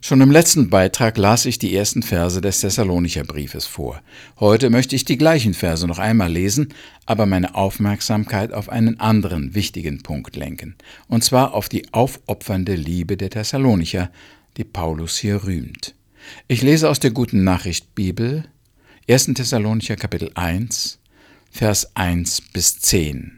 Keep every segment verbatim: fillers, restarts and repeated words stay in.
Schon im letzten Beitrag las ich die ersten Verse des Thessalonicher Briefes vor. Heute möchte ich die gleichen Verse noch einmal lesen, aber meine Aufmerksamkeit auf einen anderen wichtigen Punkt lenken, und zwar auf die aufopfernde Liebe der Thessalonicher, die Paulus hier rühmt. Ich lese aus der Guten Nachricht Bibel, erster Thessalonicher Kapitel eins, Vers eins bis zehn.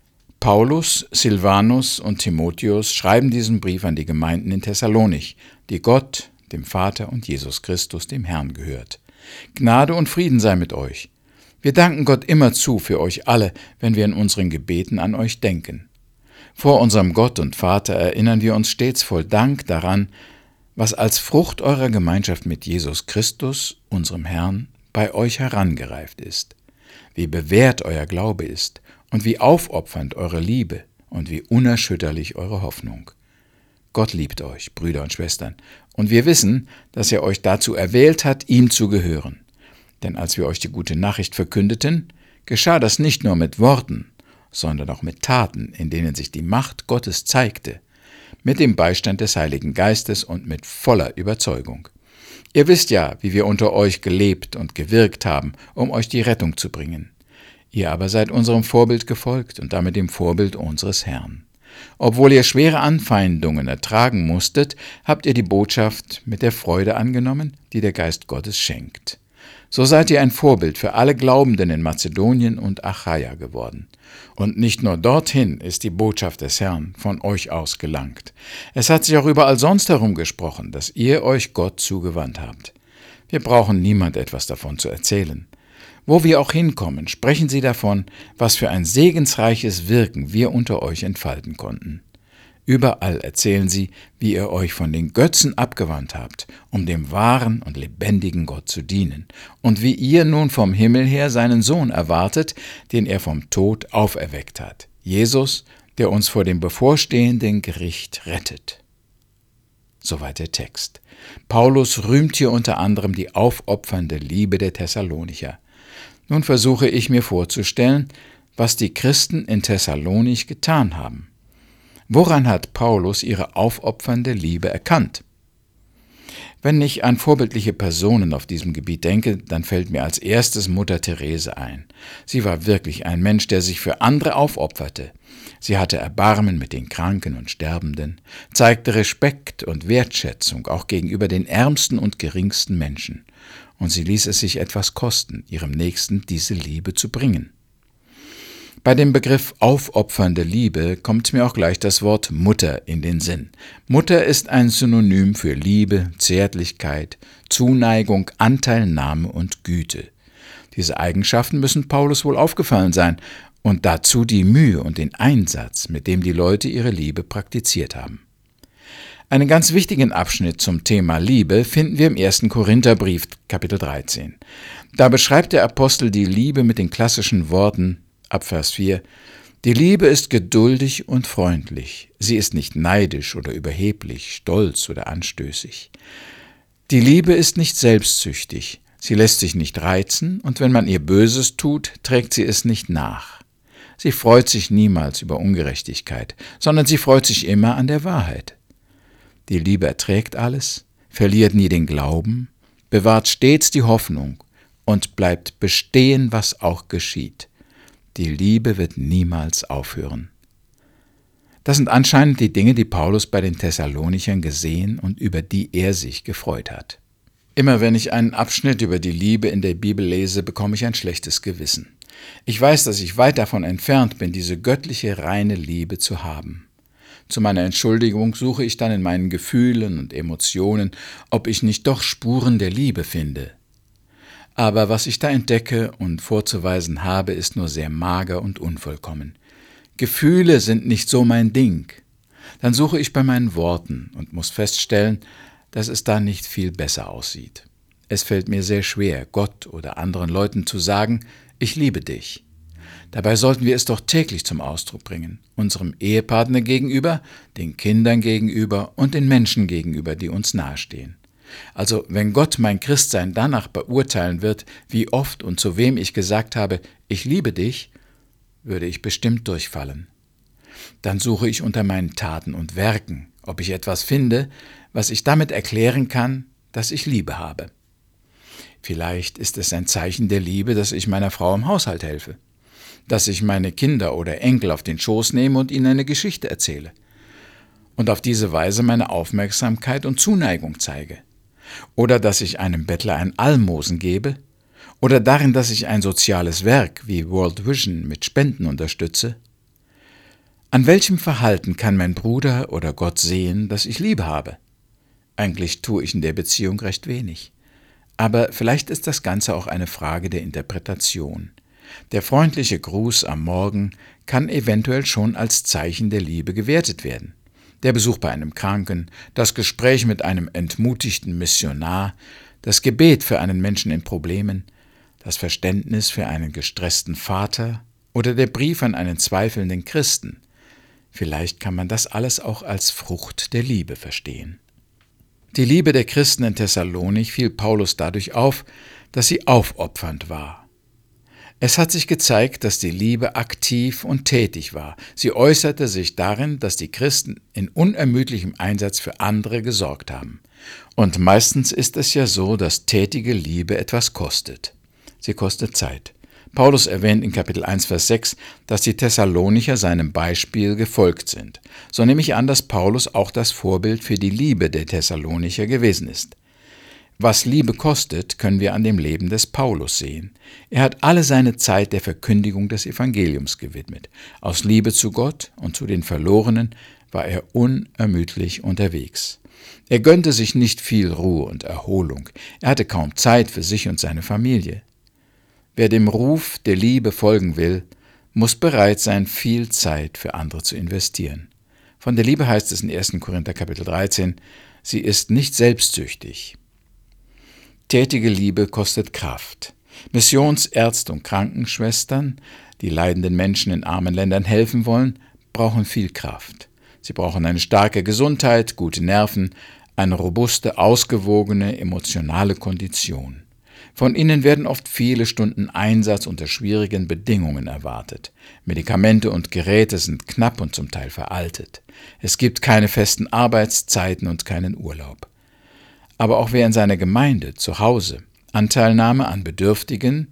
Paulus, Silvanus und Timotheus schreiben diesen Brief an die Gemeinden in Thessalonich, die Gott, dem Vater und Jesus Christus, dem Herrn, gehört. Gnade und Frieden sei mit euch. Wir danken Gott immerzu für euch alle, wenn wir in unseren Gebeten an euch denken. Vor unserem Gott und Vater erinnern wir uns stets voll Dank daran, was als Frucht eurer Gemeinschaft mit Jesus Christus, unserem Herrn, bei euch herangereift ist. Wie bewährt euer Glaube ist und wie aufopfernd eure Liebe und wie unerschütterlich eure Hoffnung. Gott liebt euch, Brüder und Schwestern, und wir wissen, dass er euch dazu erwählt hat, ihm zu gehören. Denn als wir euch die gute Nachricht verkündeten, geschah das nicht nur mit Worten, sondern auch mit Taten, in denen sich die Macht Gottes zeigte, mit dem Beistand des Heiligen Geistes und mit voller Überzeugung. Ihr wisst ja, wie wir unter euch gelebt und gewirkt haben, um euch die Rettung zu bringen. Ihr aber seid unserem Vorbild gefolgt und damit dem Vorbild unseres Herrn. Obwohl ihr schwere Anfeindungen ertragen musstet, habt ihr die Botschaft mit der Freude angenommen, die der Geist Gottes schenkt. So seid ihr ein Vorbild für alle Glaubenden in Mazedonien und Achaia geworden. Und nicht nur dorthin ist die Botschaft des Herrn von euch aus gelangt. Es hat sich auch überall sonst herum gesprochen, dass ihr euch Gott zugewandt habt. Wir brauchen niemand etwas davon zu erzählen. Wo wir auch hinkommen, sprechen sie davon, was für ein segensreiches Wirken wir unter euch entfalten konnten. Überall erzählen sie, wie ihr euch von den Götzen abgewandt habt, um dem wahren und lebendigen Gott zu dienen, und wie ihr nun vom Himmel her seinen Sohn erwartet, den er vom Tod auferweckt hat, Jesus, der uns vor dem bevorstehenden Gericht rettet. Soweit der Text. Paulus rühmt hier unter anderem die aufopfernde Liebe der Thessalonicher. Nun versuche ich mir vorzustellen, was die Christen in Thessalonich getan haben. Woran hat Paulus ihre aufopfernde Liebe erkannt? Wenn ich an vorbildliche Personen auf diesem Gebiet denke, dann fällt mir als erstes Mutter Therese ein. Sie war wirklich ein Mensch, der sich für andere aufopferte. Sie hatte Erbarmen mit den Kranken und Sterbenden, zeigte Respekt und Wertschätzung auch gegenüber den ärmsten und geringsten Menschen. Und sie ließ es sich etwas kosten, ihrem Nächsten diese Liebe zu bringen. Bei dem Begriff aufopfernde Liebe kommt mir auch gleich das Wort Mutter in den Sinn. Mutter ist ein Synonym für Liebe, Zärtlichkeit, Zuneigung, Anteilnahme und Güte. Diese Eigenschaften müssen Paulus wohl aufgefallen sein und dazu die Mühe und den Einsatz, mit dem die Leute ihre Liebe praktiziert haben. Einen ganz wichtigen Abschnitt zum Thema Liebe finden wir im ersten Korintherbrief, Kapitel dreizehn. Da beschreibt der Apostel die Liebe mit den klassischen Worten, ab Vers vier, die Liebe ist geduldig und freundlich, sie ist nicht neidisch oder überheblich, stolz oder anstößig. Die Liebe ist nicht selbstsüchtig, sie lässt sich nicht reizen und wenn man ihr Böses tut, trägt sie es nicht nach. Sie freut sich niemals über Ungerechtigkeit, sondern sie freut sich immer an der Wahrheit. Die Liebe erträgt alles, verliert nie den Glauben, bewahrt stets die Hoffnung und bleibt bestehen, was auch geschieht. Die Liebe wird niemals aufhören. Das sind anscheinend die Dinge, die Paulus bei den Thessalonichern gesehen und über die er sich gefreut hat. Immer wenn ich einen Abschnitt über die Liebe in der Bibel lese, bekomme ich ein schlechtes Gewissen. Ich weiß, dass ich weit davon entfernt bin, diese göttliche, reine Liebe zu haben. Zu meiner Entschuldigung suche ich dann in meinen Gefühlen und Emotionen, ob ich nicht doch Spuren der Liebe finde. Aber was ich da entdecke und vorzuweisen habe, ist nur sehr mager und unvollkommen. Gefühle sind nicht so mein Ding. Dann suche ich bei meinen Worten und muss feststellen, dass es da nicht viel besser aussieht. Es fällt mir sehr schwer, Gott oder anderen Leuten zu sagen, ich liebe dich. Dabei sollten wir es doch täglich zum Ausdruck bringen, unserem Ehepartner gegenüber, den Kindern gegenüber und den Menschen gegenüber, die uns nahestehen. Also wenn Gott mein Christsein danach beurteilen wird, wie oft und zu wem ich gesagt habe, ich liebe dich, würde ich bestimmt durchfallen. Dann suche ich unter meinen Taten und Werken, ob ich etwas finde, was ich damit erklären kann, dass ich Liebe habe. Vielleicht ist es ein Zeichen der Liebe, dass ich meiner Frau im Haushalt helfe, dass ich meine Kinder oder Enkel auf den Schoß nehme und ihnen eine Geschichte erzähle und auf diese Weise meine Aufmerksamkeit und Zuneigung zeige, oder dass ich einem Bettler ein Almosen gebe, oder darin, dass ich ein soziales Werk wie World Vision mit Spenden unterstütze. An welchem Verhalten kann mein Bruder oder Gott sehen, dass ich Liebe habe? Eigentlich tue ich in der Beziehung recht wenig. Aber vielleicht ist das Ganze auch eine Frage der Interpretation. Der freundliche Gruß am Morgen kann eventuell schon als Zeichen der Liebe gewertet werden. Der Besuch bei einem Kranken, das Gespräch mit einem entmutigten Missionar, das Gebet für einen Menschen in Problemen, das Verständnis für einen gestressten Vater oder der Brief an einen zweifelnden Christen. Vielleicht kann man das alles auch als Frucht der Liebe verstehen. Die Liebe der Christen in Thessalonich fiel Paulus dadurch auf, dass sie aufopfernd war. Es hat sich gezeigt, dass die Liebe aktiv und tätig war. Sie äußerte sich darin, dass die Christen in unermüdlichem Einsatz für andere gesorgt haben. Und meistens ist es ja so, dass tätige Liebe etwas kostet. Sie kostet Zeit. Paulus erwähnt in Kapitel eins, Vers sechs, dass die Thessalonicher seinem Beispiel gefolgt sind. So nehme ich an, dass Paulus auch das Vorbild für die Liebe der Thessalonicher gewesen ist. Was Liebe kostet, können wir an dem Leben des Paulus sehen. Er hat alle seine Zeit der Verkündigung des Evangeliums gewidmet. Aus Liebe zu Gott und zu den Verlorenen war er unermüdlich unterwegs. Er gönnte sich nicht viel Ruhe und Erholung. Er hatte kaum Zeit für sich und seine Familie. Wer dem Ruf der Liebe folgen will, muss bereit sein, viel Zeit für andere zu investieren. Von der Liebe heißt es in ersten Korinther Kapitel dreizehn, sie ist nicht selbstsüchtig. Tätige Liebe kostet Kraft. Missionsärzte und Krankenschwestern, die leidenden Menschen in armen Ländern helfen wollen, brauchen viel Kraft. Sie brauchen eine starke Gesundheit, gute Nerven, eine robuste, ausgewogene, emotionale Kondition. Von ihnen werden oft viele Stunden Einsatz unter schwierigen Bedingungen erwartet. Medikamente und Geräte sind knapp und zum Teil veraltet. Es gibt keine festen Arbeitszeiten und keinen Urlaub. Aber auch wer in seiner Gemeinde, zu Hause, Anteilnahme an Bedürftigen,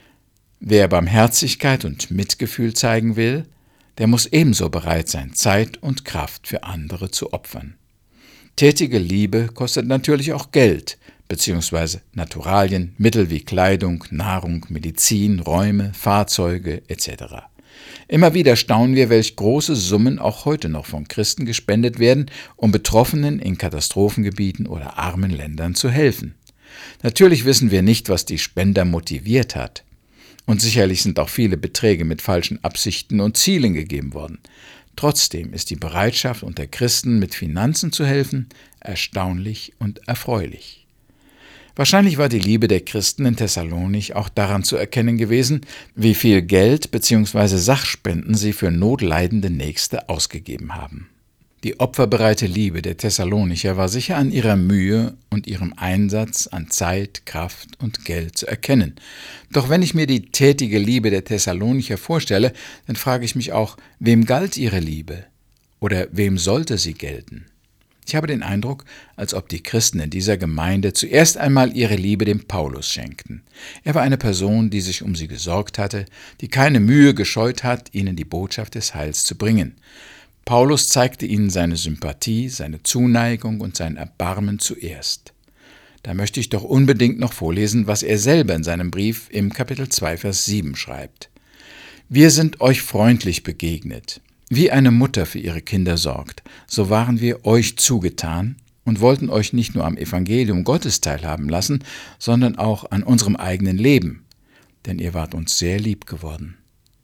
wer Barmherzigkeit und Mitgefühl zeigen will, der muss ebenso bereit sein, Zeit und Kraft für andere zu opfern. Tätige Liebe kostet natürlich auch Geld, beziehungsweise Naturalien, Mittel wie Kleidung, Nahrung, Medizin, Räume, Fahrzeuge et cetera. Immer wieder staunen wir, welch große Summen auch heute noch von Christen gespendet werden, um Betroffenen in Katastrophengebieten oder armen Ländern zu helfen. Natürlich wissen wir nicht, was die Spender motiviert hat. Und sicherlich sind auch viele Beträge mit falschen Absichten und Zielen gegeben worden. Trotzdem ist die Bereitschaft unter Christen, mit Finanzen zu helfen, erstaunlich und erfreulich. Wahrscheinlich war die Liebe der Christen in Thessalonich auch daran zu erkennen gewesen, wie viel Geld bzw. Sachspenden sie für notleidende Nächste ausgegeben haben. Die opferbereite Liebe der Thessalonicher war sicher an ihrer Mühe und ihrem Einsatz an Zeit, Kraft und Geld zu erkennen. Doch wenn ich mir die tätige Liebe der Thessalonicher vorstelle, dann frage ich mich auch, wem galt ihre Liebe? Oder wem sollte sie gelten? Ich habe den Eindruck, als ob die Christen in dieser Gemeinde zuerst einmal ihre Liebe dem Paulus schenkten. Er war eine Person, die sich um sie gesorgt hatte, die keine Mühe gescheut hat, ihnen die Botschaft des Heils zu bringen. Paulus zeigte ihnen seine Sympathie, seine Zuneigung und sein Erbarmen zuerst. Da möchte ich doch unbedingt noch vorlesen, was er selber in seinem Brief im Kapitel zwei, Vers sieben schreibt. Wir sind euch freundlich begegnet. Wie eine Mutter für ihre Kinder sorgt, so waren wir euch zugetan und wollten euch nicht nur am Evangelium Gottes teilhaben lassen, sondern auch an unserem eigenen Leben, denn ihr wart uns sehr lieb geworden.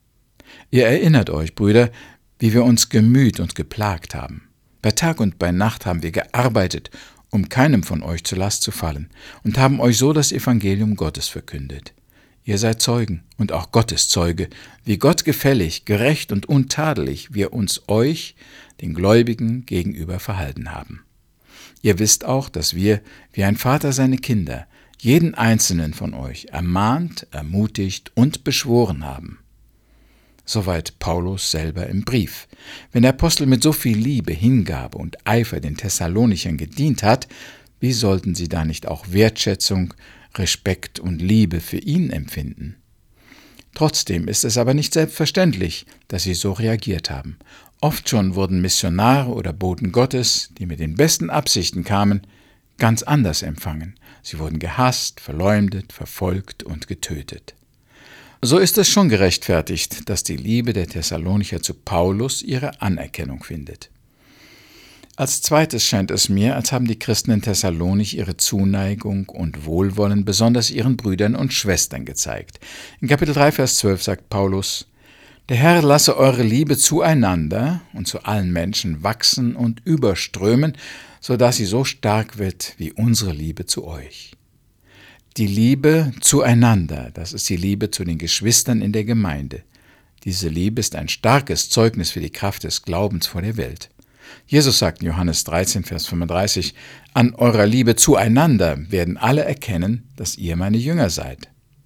Ihr erinnert euch, Brüder, wie wir uns gemüht und geplagt haben. Bei Tag und bei Nacht haben wir gearbeitet, um keinem von euch zur Last zu fallen, und haben euch so das Evangelium Gottes verkündet. Ihr seid Zeugen und auch Gott ist Zeuge, wie Gott gefällig, gerecht und untadelig wir uns euch, den Gläubigen, gegenüber verhalten haben. Ihr wisst auch, dass wir, wie ein Vater seine Kinder, jeden einzelnen von euch ermahnt, ermutigt und beschworen haben. Soweit Paulus selber im Brief. Wenn der Apostel mit so viel Liebe, Hingabe und Eifer den Thessalonichern gedient hat, wie sollten sie da nicht auch Wertschätzung, Respekt und Liebe für ihn empfinden? Trotzdem ist es aber nicht selbstverständlich, dass sie so reagiert haben. Oft schon wurden Missionare oder Boten Gottes, die mit den besten Absichten kamen, ganz anders empfangen. Sie wurden gehasst, verleumdet, verfolgt und getötet. So ist es schon gerechtfertigt, dass die Liebe der Thessalonicher zu Paulus ihre Anerkennung findet. Als zweites scheint es mir, als haben die Christen in Thessalonich ihre Zuneigung und Wohlwollen besonders ihren Brüdern und Schwestern gezeigt. In Kapitel drei, Vers zwölf sagt Paulus: Der Herr lasse eure Liebe zueinander und zu allen Menschen wachsen und überströmen, so dass sie so stark wird wie unsere Liebe zu euch. Die Liebe zueinander, das ist die Liebe zu den Geschwistern in der Gemeinde. Diese Liebe ist ein starkes Zeugnis für die Kraft des Glaubens vor der Welt. Jesus sagt in Johannes dreizehn, Vers fünfunddreißig, an eurer Liebe zueinander werden alle erkennen, dass ihr meine Jünger seid.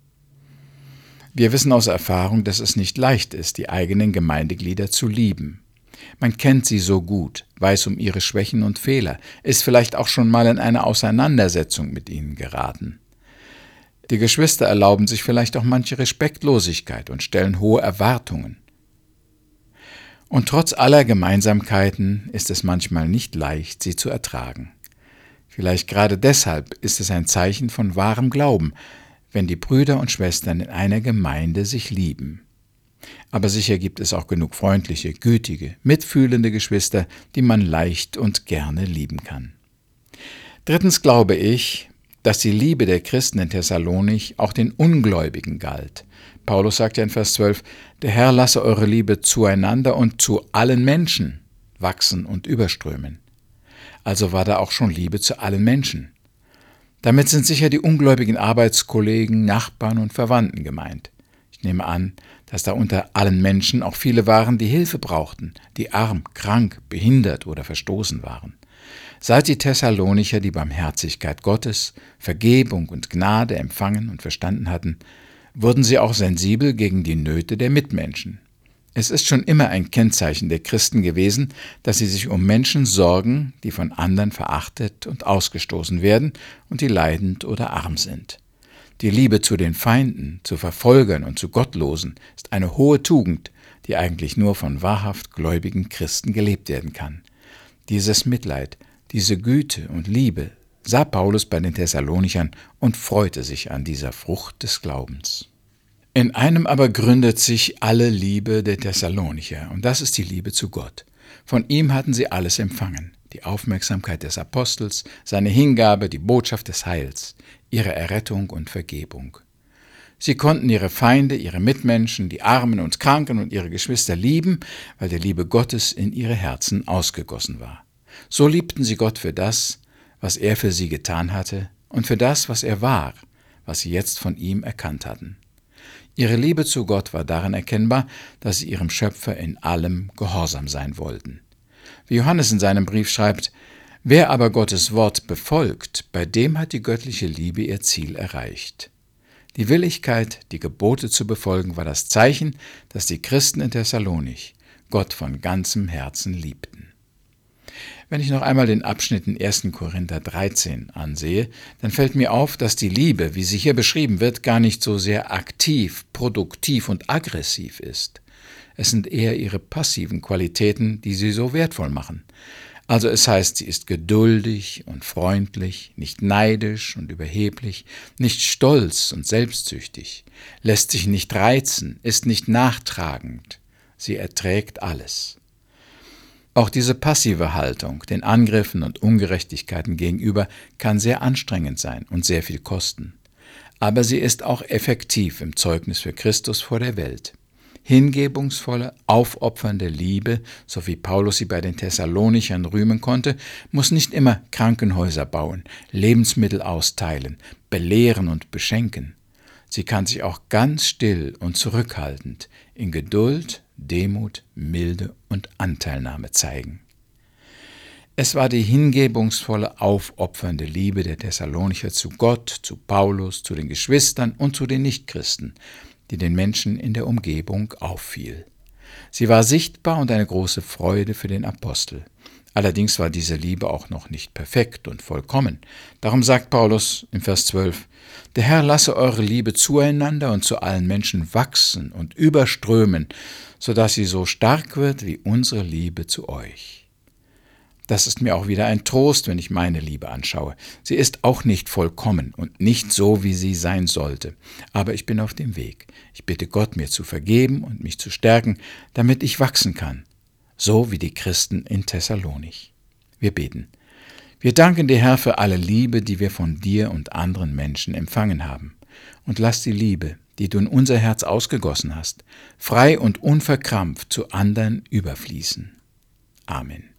Wir wissen aus Erfahrung, dass es nicht leicht ist, die eigenen Gemeindeglieder zu lieben. Man kennt sie so gut, weiß um ihre Schwächen und Fehler, ist vielleicht auch schon mal in eine Auseinandersetzung mit ihnen geraten. Die Geschwister erlauben sich vielleicht auch manche Respektlosigkeit und stellen hohe Erwartungen. Und trotz aller Gemeinsamkeiten ist es manchmal nicht leicht, sie zu ertragen. Vielleicht gerade deshalb ist es ein Zeichen von wahrem Glauben, wenn die Brüder und Schwestern in einer Gemeinde sich lieben. Aber sicher gibt es auch genug freundliche, gütige, mitfühlende Geschwister, die man leicht und gerne lieben kann. Drittens glaube ich, dass die Liebe der Christen in Thessalonich auch den Ungläubigen galt. Paulus sagt ja in Vers zwölf, der Herr lasse eure Liebe zueinander und zu allen Menschen wachsen und überströmen. Also war da auch schon Liebe zu allen Menschen. Damit sind sicher die ungläubigen Arbeitskollegen, Nachbarn und Verwandten gemeint. Ich nehme an, dass da unter allen Menschen auch viele waren, die Hilfe brauchten, die arm, krank, behindert oder verstoßen waren. Seit die Thessalonicher die Barmherzigkeit Gottes, Vergebung und Gnade empfangen und verstanden hatten, wurden sie auch sensibel gegen die Nöte der Mitmenschen. Es ist schon immer ein Kennzeichen der Christen gewesen, dass sie sich um Menschen sorgen, die von anderen verachtet und ausgestoßen werden und die leidend oder arm sind. Die Liebe zu den Feinden, zu Verfolgern und zu Gottlosen ist eine hohe Tugend, die eigentlich nur von wahrhaft gläubigen Christen gelebt werden kann. Dieses Mitleid, diese Güte und Liebe sah Paulus bei den Thessalonichern und freute sich an dieser Frucht des Glaubens. In einem aber gründet sich alle Liebe der Thessalonicher, und das ist die Liebe zu Gott. Von ihm hatten sie alles empfangen, die Aufmerksamkeit des Apostels, seine Hingabe, die Botschaft des Heils, ihre Errettung und Vergebung. Sie konnten ihre Feinde, ihre Mitmenschen, die Armen und Kranken und ihre Geschwister lieben, weil die Liebe Gottes in ihre Herzen ausgegossen war. So liebten sie Gott für das, was er für sie getan hatte, und für das, was er war, was sie jetzt von ihm erkannt hatten. Ihre Liebe zu Gott war darin erkennbar, dass sie ihrem Schöpfer in allem gehorsam sein wollten. Wie Johannes in seinem Brief schreibt, wer aber Gottes Wort befolgt, bei dem hat die göttliche Liebe ihr Ziel erreicht. Die Willigkeit, die Gebote zu befolgen, war das Zeichen, dass die Christen in Thessalonich Gott von ganzem Herzen liebten. Wenn ich noch einmal den Abschnitt in ersten Korinther dreizehn ansehe, dann fällt mir auf, dass die Liebe, wie sie hier beschrieben wird, gar nicht so sehr aktiv, produktiv und aggressiv ist. Es sind eher ihre passiven Qualitäten, die sie so wertvoll machen. Also es heißt, sie ist geduldig und freundlich, nicht neidisch und überheblich, nicht stolz und selbstsüchtig, lässt sich nicht reizen, ist nicht nachtragend. Sie erträgt alles. Auch diese passive Haltung den Angriffen und Ungerechtigkeiten gegenüber kann sehr anstrengend sein und sehr viel kosten. Aber sie ist auch effektiv im Zeugnis für Christus vor der Welt. Hingebungsvolle, aufopfernde Liebe, so wie Paulus sie bei den Thessalonichern rühmen konnte, muss nicht immer Krankenhäuser bauen, Lebensmittel austeilen, belehren und beschenken. Sie kann sich auch ganz still und zurückhaltend in Geduld, Demut, Milde und Anteilnahme zeigen. Es war die hingebungsvolle, aufopfernde Liebe der Thessalonicher zu Gott, zu Paulus, zu den Geschwistern und zu den Nichtchristen, die den Menschen in der Umgebung auffiel. Sie war sichtbar und eine große Freude für den Apostel. Allerdings war diese Liebe auch noch nicht perfekt und vollkommen. Darum sagt Paulus im Vers zwölf, der Herr lasse eure Liebe zueinander und zu allen Menschen wachsen und überströmen, sodass sie so stark wird wie unsere Liebe zu euch. Das ist mir auch wieder ein Trost, wenn ich meine Liebe anschaue. Sie ist auch nicht vollkommen und nicht so, wie sie sein sollte. Aber ich bin auf dem Weg. Ich bitte Gott, mir zu vergeben und mich zu stärken, damit ich wachsen kann. So wie die Christen in Thessalonich. Wir beten. Wir danken dir, Herr, für alle Liebe, die wir von dir und anderen Menschen empfangen haben. Und lass die Liebe, die du in unser Herz ausgegossen hast, frei und unverkrampft zu anderen überfließen. Amen.